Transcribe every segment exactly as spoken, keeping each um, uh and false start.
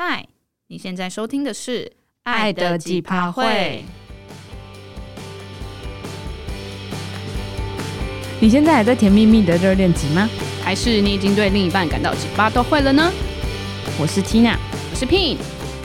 嗨，你现在收听的是《 爱的几趴会》。你现在还在甜蜜蜜的热恋期吗？ 还是你已经对另一半感到几趴都会了呢？ 我是 Tina， 我是 Pin。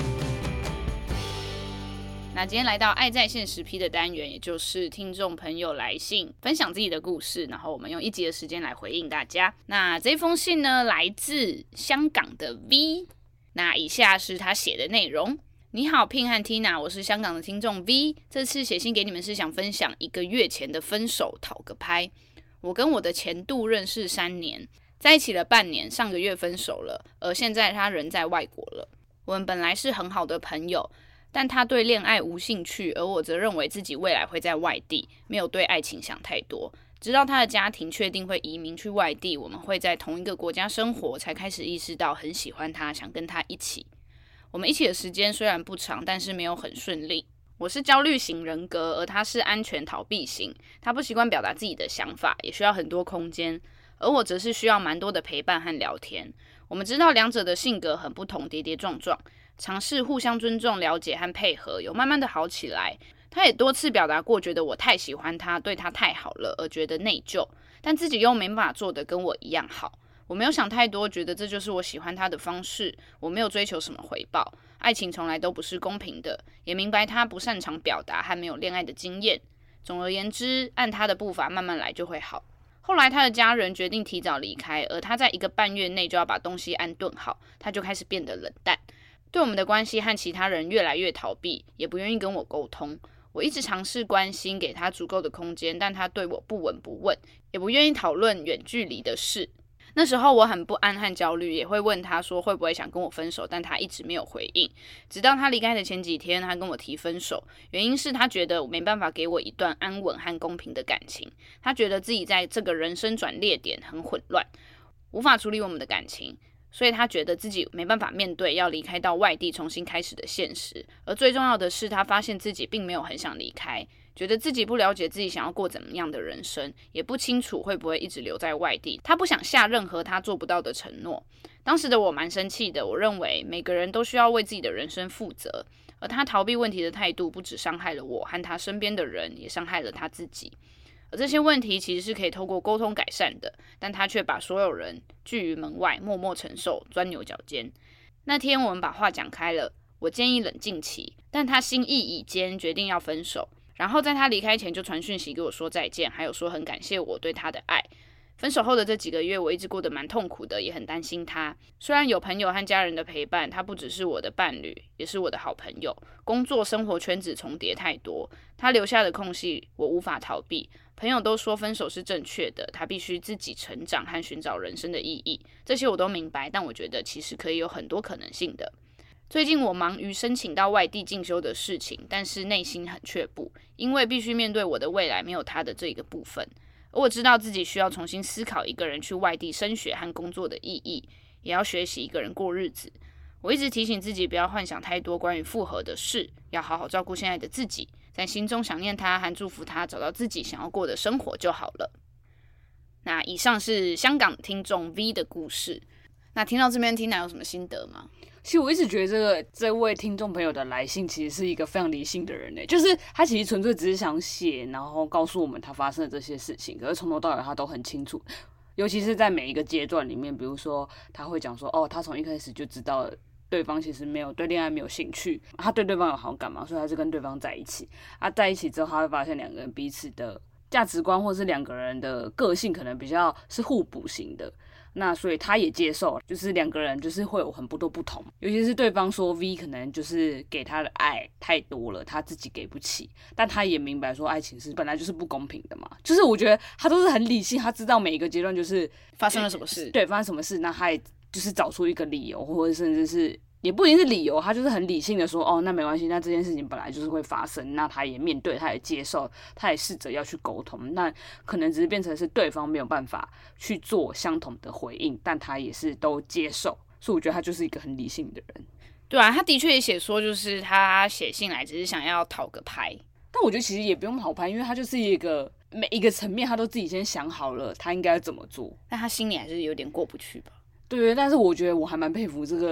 那今天来到爱在线十批的单元，也就是听众朋友来信分享自己的故事，然后我们用一集的时间来回应大家。那这封信呢，来自香港的 V。那以下是他写的内容。你好 Pin 和 Tina， 我是香港的听众 V， 这次写信给你们是想分享一个月前的分手讨个拍。我跟我的前度认识三年，在一起了半年，上个月分手了，而现在他人在外国了。我们本来是很好的朋友，但他对恋爱无兴趣，而我则认为自己未来会在外地，没有对爱情想太多。直到他的家庭确定会移民去外地，我们会在同一个国家生活，才开始意识到很喜欢他，想跟他一起。我们一起的时间虽然不长，但是没有很顺利。我是焦虑型人格，而他是安全逃避型。他不习惯表达自己的想法，也需要很多空间，而我则是需要蛮多的陪伴和聊天。我们知道两者的性格很不同，跌跌撞撞，尝试互相尊重、了解和配合，有慢慢的好起来。他也多次表达过，觉得我太喜欢他，对他太好了，而觉得内疚，但自己又没办法做得跟我一样好。我没有想太多，觉得这就是我喜欢他的方式，我没有追求什么回报。爱情从来都不是公平的，也明白他不擅长表达和没有恋爱的经验。总而言之，按他的步伐慢慢来就会好。后来他的家人决定提早离开，而他在一个半月内就要把东西安顿好，他就开始变得冷淡，对我们的关系和其他人越来越逃避，也不愿意跟我沟通。我一直尝试关心，给他足够的空间，但他对我不闻不问，也不愿意讨论远距离的事。那时候我很不安和焦虑，也会问他说会不会想跟我分手，但他一直没有回应。直到他离开的前几天，他跟我提分手，原因是他觉得我没办法给我一段安稳和公平的感情。他觉得自己在这个人生转捩点很混乱，无法处理我们的感情，所以他觉得自己没办法面对要离开到外地重新开始的现实。而最重要的是，他发现自己并没有很想离开，觉得自己不了解自己想要过怎么样的人生，也不清楚会不会一直留在外地。他不想下任何他做不到的承诺。当时的我蛮生气的，我认为每个人都需要为自己的人生负责，而他逃避问题的态度不只伤害了我和他身边的人，也伤害了他自己。而这些问题其实是可以透过沟通改善的，但他却把所有人拒于门外，默默承受，钻牛角尖。那天我们把话讲开了，我建议冷静期，但他心意已坚，决定要分手。然后在他离开前就传讯息给我说再见，还有说很感谢我对他的爱。分手后的这几个月，我一直过得蛮痛苦的，也很担心他。虽然有朋友和家人的陪伴，他不只是我的伴侣，也是我的好朋友。工作生活圈子重叠太多，他留下的空隙我无法逃避。朋友都说分手是正确的，他必须自己成长和寻找人生的意义。这些我都明白，但我觉得其实可以有很多可能性的。最近我忙于申请到外地进修的事情，但是内心很却步，因为必须面对我的未来没有他的这个部分。而我知道自己需要重新思考一个人去外地升学和工作的意义，也要学习一个人过日子。我一直提醒自己不要幻想太多关于复合的事，要好好照顾现在的自己，在心中想念他和祝福他找到自己想要过的生活就好了。那以上是香港听众 V 的故事。那听到这边，Tina有什么心得吗？ 其实我一直觉得这个这位听众朋友的来信其实是一个非常理性的人呢，就是他其实纯粹只是想写，然后告诉我们他发生的这些事情，可是从头到尾他都很清楚，尤其是在每一个阶段里面，比如说他会讲说，哦，他从一开始就知道对方其实没有对恋爱没有兴趣，他对对方有好感嘛，所以他是跟对方在一起。啊，在一起之后，他会发现两个人彼此的价值观或是两个人的个性可能比较是互补型的。那所以他也接受，就是两个人就是会有很多不同，尤其是对方说 V 可能就是给他的爱太多了，他自己给不起，但他也明白说爱情是本来就是不公平的嘛，就是我觉得他都是很理性，他知道每一个阶段就是发生了什么事， 对，发生什么事，那他也就是找出一个理由，或者甚至是也不一定是理由，他就是很理性的说，哦，那没关系，那这件事情本来就是会发生，那他也面对，他也接受，他也试着要去沟通，那可能只是变成是对方没有办法去做相同的回应，但他也是都接受，所以我觉得他就是一个很理性的人。 对啊，他的确也写说，就是他写信来只是想要讨个拍， 但我觉得其实也不用讨拍，因为他就是一个每一个层面他都自己先想好了他应该怎么做， 但他心里还是有点过不去吧。 对，但是我觉得我还蛮佩服这个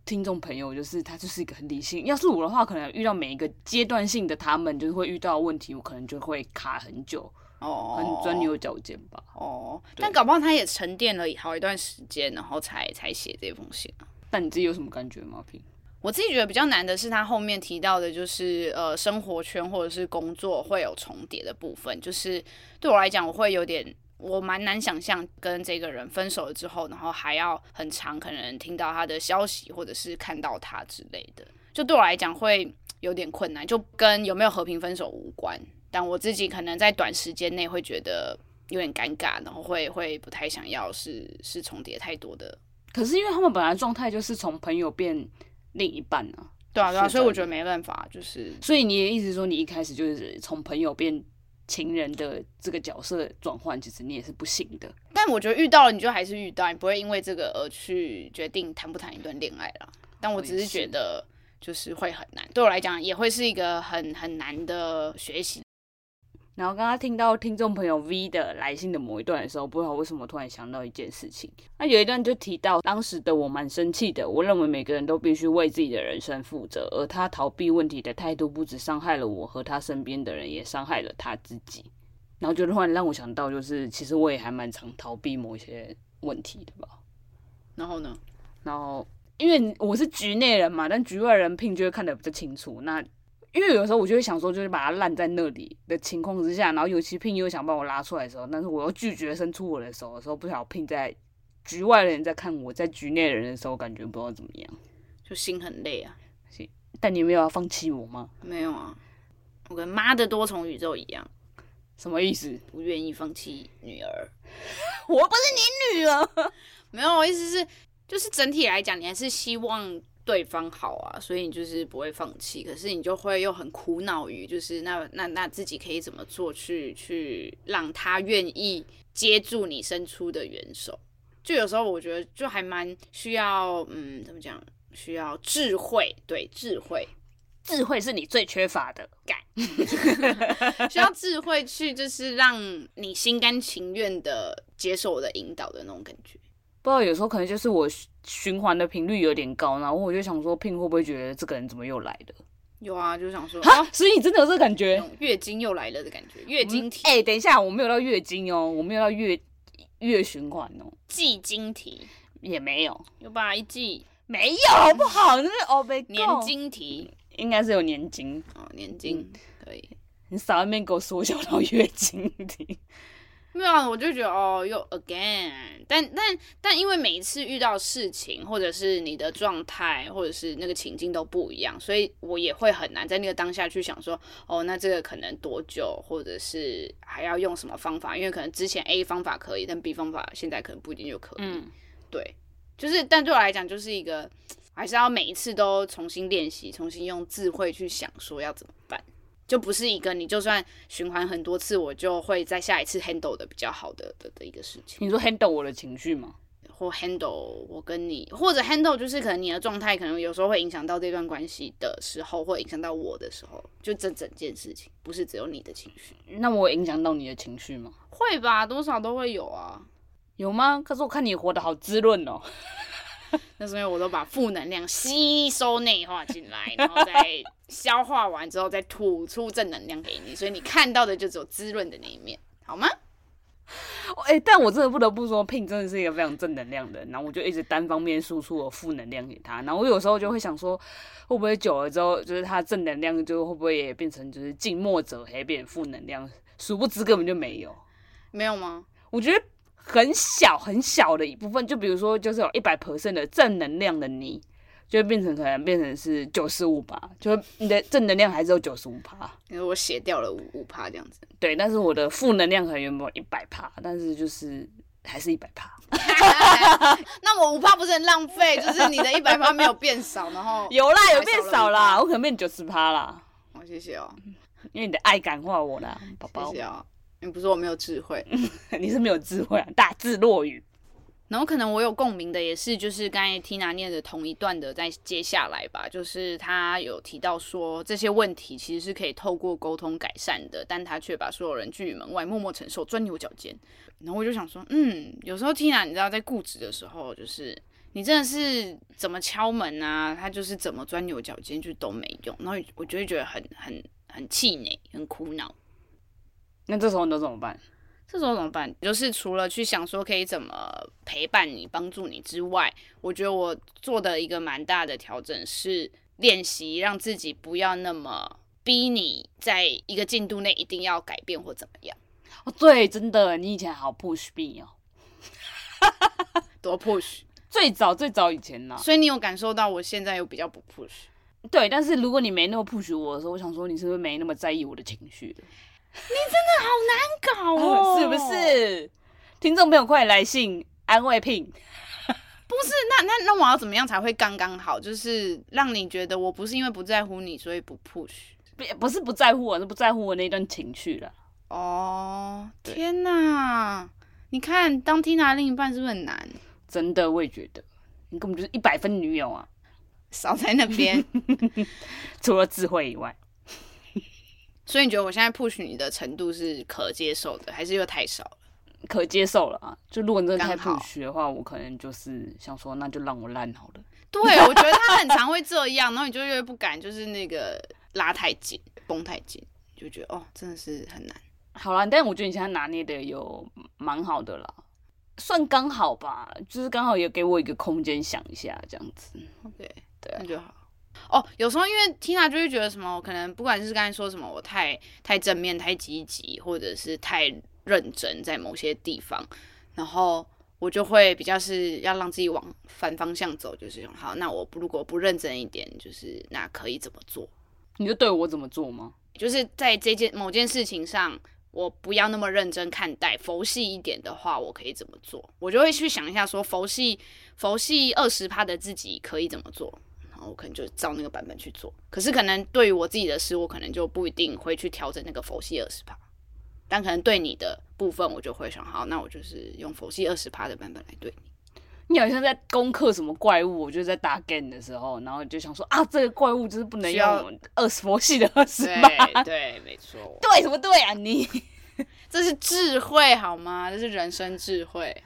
听众朋友，就是他就是一个很理性。要是我的话，可能遇到每一个阶段性的他们，就是会遇到的问题，我可能就会卡很久，哦，很钻牛角尖吧。 哦，但搞不好他也沉淀了好一段时间，然后才才写这封信啊。 但你自己有什么感觉吗？平？ 我自己觉得比较难的是他后面提到的，就是呃生活圈或者是工作会有重叠的部分，就是对我来讲，我会有点。我蛮难想象跟这个人分手了之后，然后还要很长，可能听到他的消息，或者是看到他之类的，就对我来讲会有点困难，就跟有没有和平分手无关。但我自己可能在短时间内会觉得有点尴尬，然后会会不太想要是是重叠太多的。 可是因为他们本来状态就是从朋友变另一半啊， 对啊对啊，所以我觉得没办法，就是所以你的意思说你一开始就是从朋友变情人的这个角色转换，其实你也是不行的。 但我觉得遇到了你就还是遇到，你不会因为这个而去决定谈不谈一段恋爱啦。但我只是觉得就是会很难，对我来讲也会是一个很很难的学习。 然后刚刚听到听众朋友 V 的来信的某一段的时候，不知道为什么突然想到一件事情。那有一段就提到，当时的我蛮生气的，我认为每个人都必须为自己的人生负责，而他逃避问题的态度不只伤害了我和他身边的人，也伤害了他自己。然后就突然让我想到，就是其实我也还蛮常逃避某些问题的吧。 然后呢？ 然后因为我是局内人嘛，但局外人聘就会看得比较清楚。那因为有时候我就会想说，就是把它烂在那里的情况之下，然后尤其聘又想把我拉出来的时候，但是我又拒绝伸出我的手的时候，不晓得聘在局外的人在看我在局内的人的时候，感觉不知道怎么样， 就心很累啊。 但你没有要放弃我吗？ 没有啊，我跟妈的多重宇宙一样。 什么意思？ 不愿意放弃女儿。 我不是你女儿。 没有，我意思是，就是整体来讲，你还是希望对方好啊，所以你就是不会放弃，可是你就会又很苦恼于，就是那那那自己可以怎么做去去让他愿意接住你伸出的援手。就有时候我觉得就还蛮需要，嗯，怎么讲？需要智慧，对，智慧， 智慧是你最缺乏的， 干，需要智慧去就是让你心甘情愿的接受我的引导的那种感觉。 不知道有时候可能就是我循环的频率有点高，然后我就想说，聘会不会觉得这个人怎么又来了？ 有啊，就想说， 啊，所以你真的有这个感觉？ 月经又来了的感觉，月经题。 哎、欸，等一下，我没有到月经哦，我没有到月月循环哦， 季经题也没有， 有吧？一季没有，好不好？那是哦，没年经题应该是有年经哦，年经、嗯、可以。 你少在那边给我缩小到月经题。 没有啊，我就觉得哦，又 again， 但但但因为每一次遇到事情，或者是你的状态，或者是那个情境都不一样，所以我也会很难在那个当下去想说，哦，那这个可能多久，或者是还要用什么方法？因为可能之前 A 方法可以，但 B 方法现在可能不一定就可以。嗯，对，就是，但对我来讲，就是一个还是要每一次都重新练习，重新用智慧去想说要怎么办。就不是一个你就算循环很多次，我就会在下一次 handle 的比较好的 的, 的一个事情。 你说 handle 我的情绪吗？ 或 handle 我跟你，或者 handle 就是可能你的状态，可能有时候会影响到这段关系的时候，或影响到我的时候，就这整件事情，不是只有你的情绪。 那我影响到你的情绪吗？ 会吧，多少都会有啊。 有吗？可是我看你活得好滋润哦。 那是因为我都把负能量吸收内化进来，然后再消化完之后再吐出正能量给你，所以你看到的就只有滋润的那一面，好吗？ 哎、欸，但我真的不得不说 ，Pin 真的是一个非常正能量的人，然后我就一直单方面输出我负能量给他，然后我有时候就会想说，会不会久了之后，就是他正能量就会不会也变成就是近墨者黑，变负能量，殊不知根本就没有， 没有吗？ 我觉得很小很小的一部分，就比如说，就是有一百 percent 的正能量的你，就会变成可能变成是九十五趴，就你的正能量还是有九十五趴。 因为我写掉了五趴这样子。 对，但是我的负能量可能原本一百趴，但是就是还是一百趴。 那我五趴不是很浪费？就是你的一百趴没有变少，然后有啦，有变少啦，我可能变九十趴啦。 好、哦，谢谢哦， 因为你的爱感化我啦，宝宝。 谢谢哦。你不是我没有智慧， 你是没有智慧啊，大智若愚。 然后可能我有共鸣的也是，就是刚才 Tina 念的同一段的，再接下来吧，就是他有提到说这些问题其实是可以透过沟通改善的，但他却把所有人拒于门外，默默承受，钻牛角尖。然后我就想说，嗯，有时候 Tina 你知道在固执的时候，就是你真的是怎么敲门啊，他就是怎么钻牛角尖，就都没用，然后我就会觉得很很很气馁，很苦恼。 那这时候你都怎么办？ 这时候怎么办？就是除了去想说可以怎么陪伴你、帮助你之外，我觉得我做的一个蛮大的调整是练习让自己不要那么逼你在一个进度内一定要改变或怎么样。 哦，对，真的，你以前好 push me 哦， 多 push。 最早最早以前啦， 所以你有感受到我现在又比较不 push。 对，但是如果你没那么 push 我的时候，我想说你是不是没那么在意我的情绪了？ 你真的好难搞哦， 是不是？听众朋友，快来信安慰Pin。 不是，那那那我要怎么样才会刚刚好？就是让你觉得我不是因为不在乎你，所以不 push。 不不是不在乎我，是不在乎我那段情绪了。 哦，天哪！你看，当 Tina 另一半是不是很难？ 真的，我也觉得，你根本就是一百分女友啊！ 少在那边， 除了智慧以外。 所以你觉得我现在 push 你的程度是可接受的，还是又太少了？ 可接受了啊！就如果你真的太 push 的话，我可能就是想说，那就让我烂好了。 对，我觉得他很常会这样，然后你就越不敢，就是那个拉太紧、绷太紧，就觉得哦，真的是很难。 好啦，但我觉得你现在拿捏的有蛮好的啦，算刚好吧，就是刚好也给我一个空间想一下这样子。 OK， 对、啊， 那就好。哦，有时候因为 Tina 就会觉得什么，可能不管是刚才说什么，我太太正面、太积极，或者是太认真在某些地方，然后我就会比较是要让自己往反方向走，就是好，那我如果不认真一点，就是那可以怎么做？ 你就对我怎么做吗？ 就是在这件某件事情上，我不要那么认真看待，佛系一点的话，我可以怎么做？我就会去想一下说，佛系佛系二十趴的自己可以怎么做？我可能就照那个版本去做，可是可能对于我自己的事，我可能就不一定会去调整那个佛系二十趴，但可能对你的部分，我就会想，好，那我就是用佛系二十趴的版本来对你。 你好像在攻克什么怪物，我就在打 game 的时候，然后就想说啊，这个怪物就是不能用二十佛系的二十趴。 对对，没错。 对什么对啊你？ 这是智慧好吗？这是人生智慧。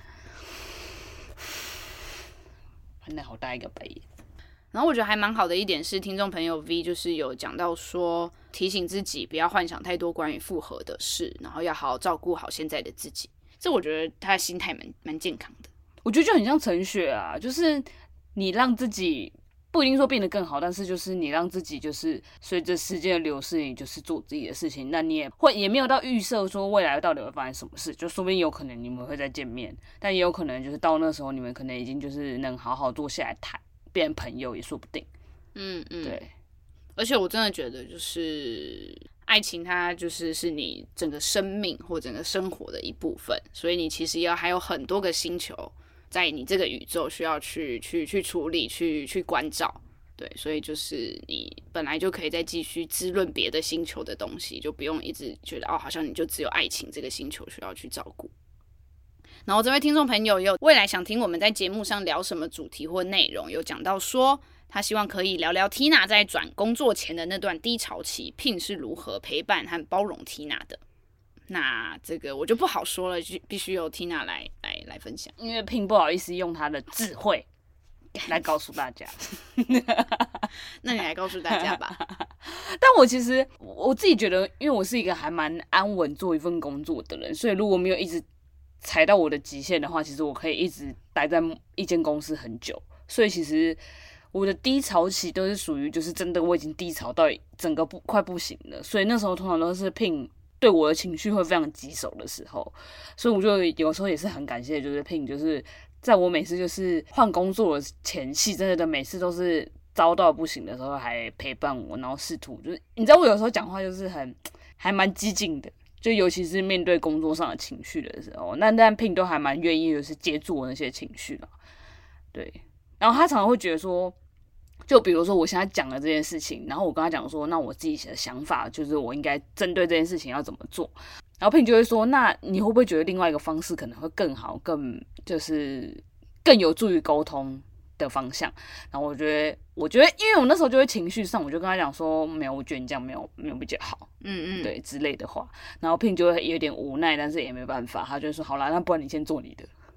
翻了好大一个白眼。 然后我觉得还蛮好的一点是，听众朋友 V 就是有讲到说，提醒自己不要幻想太多关于复合的事，然后要好好照顾好现在的自己。这我觉得他的心态蛮蛮健康的。 我觉得就很像陈雪啊，就是你让自己不一定说变得更好，但是就是你让自己就是随着时间的流逝，你就是做自己的事情，那你也会也没有到预设说未来到底会发生什么事，就说不定有可能你们会再见面，但也有可能就是到那时候你们可能已经就是能好好坐下来谈。变朋友也说不定， 嗯嗯， 对。 而且我真的觉得，就是爱情，它就是是你整个生命或整个生活的一部分，所以你其实要还有很多个星球在你这个宇宙需要去去去处理、去去关照，对，所以就是你本来就可以再继续滋润别的星球的东西，就不用一直觉得哦，好像你就只有爱情这个星球需要去照顾。然后这位听众朋友有未来想听我们在节目上聊什么主题或内容，有讲到说他希望可以聊聊 Tina 在转工作前的那段低潮期，Pin 是如何陪伴和包容 Tina 的。那这个我就不好说了，就必须由 Tina 来来来分享， 因为 Pin 不好意思用他的智慧来告诉大家。 那你来告诉大家吧。 但我其实我自己觉得，因为我是一个还蛮安稳做一份工作的人，所以如果没有一直踩到我的极限的话，其实我可以一直待在一间公司很久。所以其实我的低潮期都是属于就是真的我已经低潮到整个不快不行了，所以那时候通常都是 Pin 对我的情绪会非常棘手的时候，所以我就有时候也是很感谢，就是 Pin 就是在我每次就是换工作的前夕，真的每次都是糟到不行的时候还陪伴我，然后试图就是你知道我有时候讲话就是很还蛮激进的。就尤其是面对工作上的情绪的时候，那但 Pin 都还蛮愿意就是接住我那些情绪啦，对。然后他常常会觉得说，就比如说我现在讲的这件事情，然后我跟他讲说，那我自己的想法就是我应该针对这件事情要怎么做，然后 Pin 就会说，那你会不会觉得另外一个方式可能会更好，更就是更有助于沟通的方向？然后我觉得，我觉得，因为我那时候就会情绪上，我就跟他讲说，没有，我觉得你这样没有没有比较好， 嗯嗯， 对之类的话。然后 Pin 就会有点无奈，但是也没办法，他就说好啦，那不然你先做你的。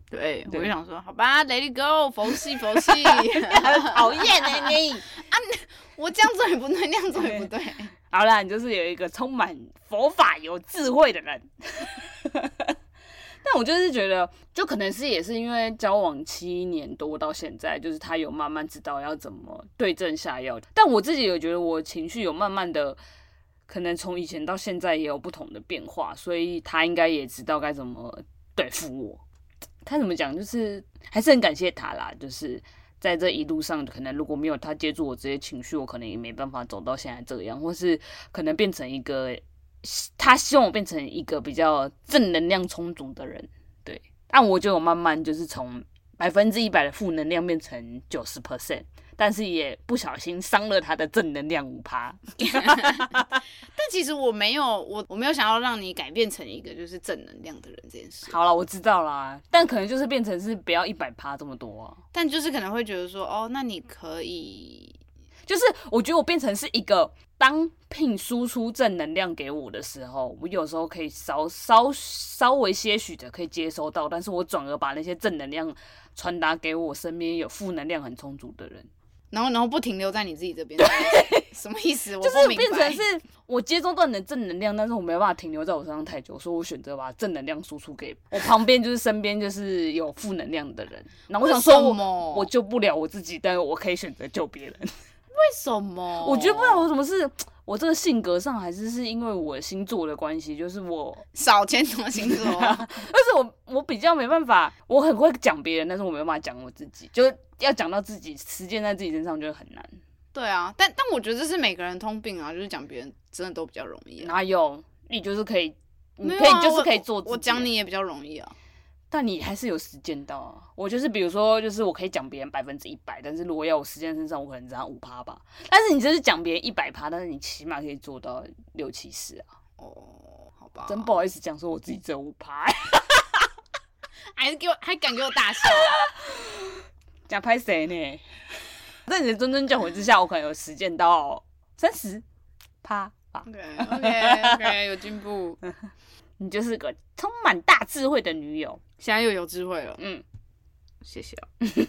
对，我就想说，好吧 ，Let it go， 佛系佛系， 很讨厌哎你啊！我这样做也不对，那样做也不对。 好啦，你就是有一个充满佛法、有智慧的人。但我就是觉得，就可能是也是因为交往七年多到现在，就是他有慢慢知道要怎么对症下药。但我自己有觉得我情绪有慢慢的，可能从以前到现在也有不同的变化，所以他应该也知道该怎么对付我。他怎么讲，就是还是很感谢他啦，就是在这一路上，可能如果没有他接住我这些情绪，我可能也没办法走到现在这样，或是可能变成一个他希望我变成一个比较正能量充足的人，对。但我就有慢慢就是从百分之一百的负能量变成九十 percent， 但是也不小心伤了他的正能量五趴。 但其实我没有，我我没有想要让你改变成一个就是正能量的人这件事。 好了，我知道啦，但可能就是变成是不要一百趴这么多啊。 但就是可能会觉得说，哦，那你可以， 就是我觉得我变成是一个当Pin输出正能量给我的时候，我有时候可以稍稍稍微些许的可以接收到，但是我转而把那些正能量传达给我身边有负能量很充足的人。 然后然后不停留在你自己这边，什么意思？我就是不明白。 变成是我接收到你的正能量，但是我没有办法停留在我身上太久，所以我选择把正能量输出给我旁边，就是身边就是有负能量的人。然后我想说我，我救不了我自己，但是我可以选择救别人。 为什么？ 我觉得不知道我什么是我这个性格上，还是是因为我星座的关系，就是我少牵什么星座， 但是我我比较没办法，我很会讲别人，但是我没办法讲我自己，就是要讲到自己，实践在自己身上就很难。 对啊，但但我觉得这是每个人通病啊，就是讲别人真的都比较容易、啊。 哪有？你就是可以，你可以、 啊、 就是可以做自己。 我讲你也比较容易啊。 但你还是有实践到啊！我就是比如说，就是我可以讲别人百分之一百，但是如果要我实践身上，我可能只要五趴吧。但是你就是讲别人一百趴，但是你起码可以做到六七十啊。 哦，好吧。 真不好意思讲说我自己只有五趴， 还是给我还敢给我大笑， 讲拍谁呢？在你的谆谆教诲之下，我可能有实践到三十趴吧。 OK OK OK， 有进步。 你就是个充满大智慧的女友， 现在又有智慧了， 嗯， 谢谢、啊。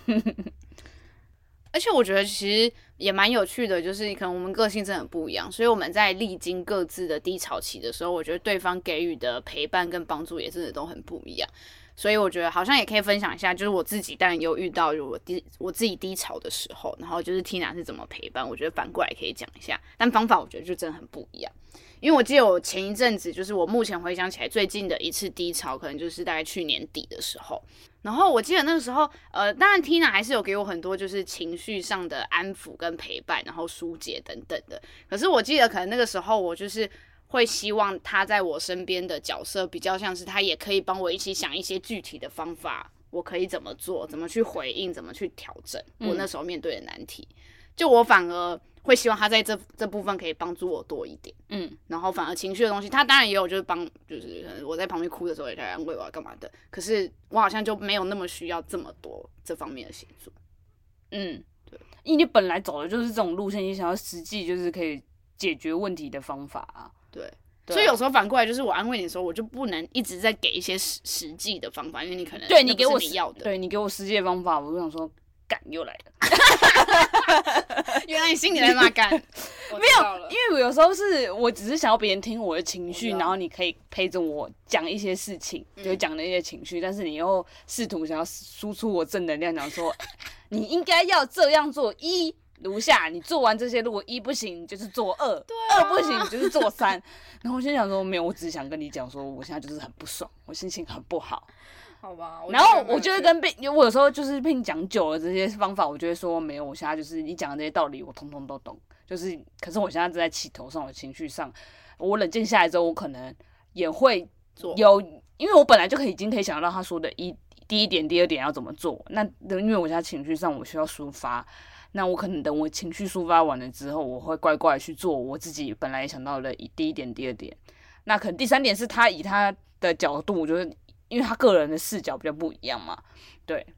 而且我觉得其实也蛮有趣的，就是可能我们个性真的很不一样，所以我们在历经各自的低潮期的时候，我觉得对方给予的陪伴跟帮助也真的都很不一样。所以我觉得好像也可以分享一下，就是我自己当然有遇到我低我自己低潮的时候，然后就是 Tina 是怎么陪伴，我觉得反过来可以讲一下，但方法我觉得就真的很不一样。因为我记得我前一阵子，就是我目前回想起来最近的一次低潮，可能就是大概去年底的时候。然后我记得那个时候，呃，当然 Tina 还是有给我很多就是情绪上的安抚跟陪伴，然后疏解等等的。可是我记得可能那个时候我就是会希望他在我身边的角色比较像是他也可以帮我一起想一些具体的方法，我可以怎么做，怎么去回应，怎么去调整我那时候面对的难题。就我反而会希望他在这这部分可以帮助我多一点，嗯，然后反而情绪的东西，他当然也有就是帮，就是我在旁边哭的时候也可以安慰我干嘛的，可是我好像就没有那么需要这么多这方面的协助， 嗯，对，因为你本来走的就是这种路线，你想要实际就是可以解决问题的方法啊， 对。对啊，所以有时候反过来就是我安慰你的时候，我就不能一直在给一些实实际的方法，因为你可能对你给我你要的， 对你给我实际的方法，我就想说，干又来了。 原来你心里在骂干， 没有，因为我有时候是我只是想要别人听我的情绪，然后你可以陪着我讲一些事情，就讲那些情绪，嗯，但是你又试图想要输出我正能量，讲说你应该要这样做，一如下，你做完这些，如果一不行，你就是做二，二、啊、不行，你就是做三。然后我心想说，没有，我只是想跟你讲说，我现在就是很不爽，我心情很不好。 好吧， 然后我就会跟并，我有时候就是并讲久了这些方法，我就会说没有，我现在就是你讲的这些道理，我通通都懂。就是，可是我现在正在气头上，我情绪上，我冷静下来之后，我可能也会有，因为我本来就可以已经可以想到他说的一第一点、第二点要怎么做。那因为我现在情绪上我需要抒发，那我可能等我情绪抒发完了之后，我会乖乖去做我自己本来也想到的第一点、第二点。那可能第三点是他以他的角度，就是因为他个人的视角比较不一样嘛，对。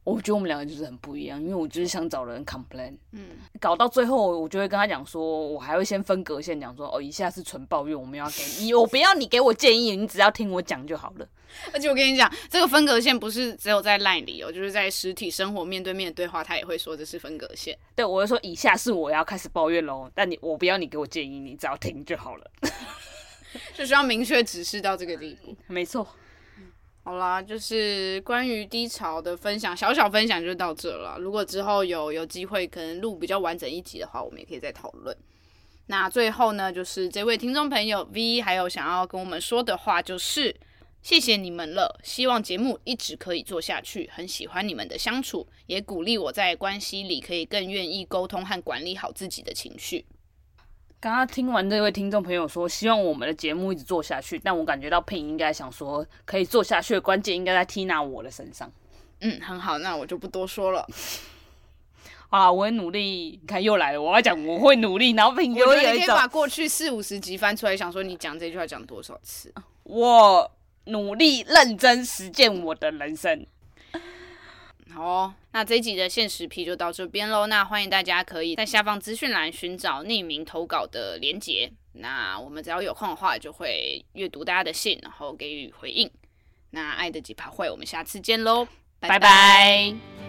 我觉得我们两个就是很不一样，因为我就是想找人 complain， 嗯， 搞到最后我就会跟他讲说，我还会先分隔线讲说，哦，以下是纯抱怨，我们要给你，我不要你给我建议，你只要听我讲就好了。 而且我跟你讲，这个分隔线不是只有在 LINE 里哦，就是在实体生活面对面的对话，他也会说这是分隔线。 对，我会说以下是我要开始抱怨咯，但你我不要你给我建议，你只要听就好了。 就需要明确指示到这个地步。 没错。 好啦，就是关于低潮的分享，小小分享就到这了。如果之后有有机会，可能录比较完整一集的话，我们也可以再讨论。那最后呢，就是这位听众朋友 V 还有想要跟我们说的话，就是谢谢你们了，希望节目一直可以做下去，很喜欢你们的相处，也鼓励我在关系里可以更愿意沟通和管理好自己的情绪。 刚刚听完这位听众朋友说，希望我们的节目一直做下去，但我感觉到 Pin 应该想说，可以做下去的关键应该在 Tina 我的身上。 嗯，很好，那我就不多说了。 好啦，我会努力。你看又来了，我要讲我会努力，然后 Pin 就我会有一种觉得你可以把过去四五十集翻出来，想说你讲这句话讲多少次。 我努力认真实践我的人生。 好哦，那这一集的限时批就到这边咯。那欢迎大家可以在下方资讯栏寻找匿名投稿的连结。那我们只要有空的话，就会阅读大家的信，然后给予回应。那爱的几趴会，我们下次见咯，拜拜。 拜拜。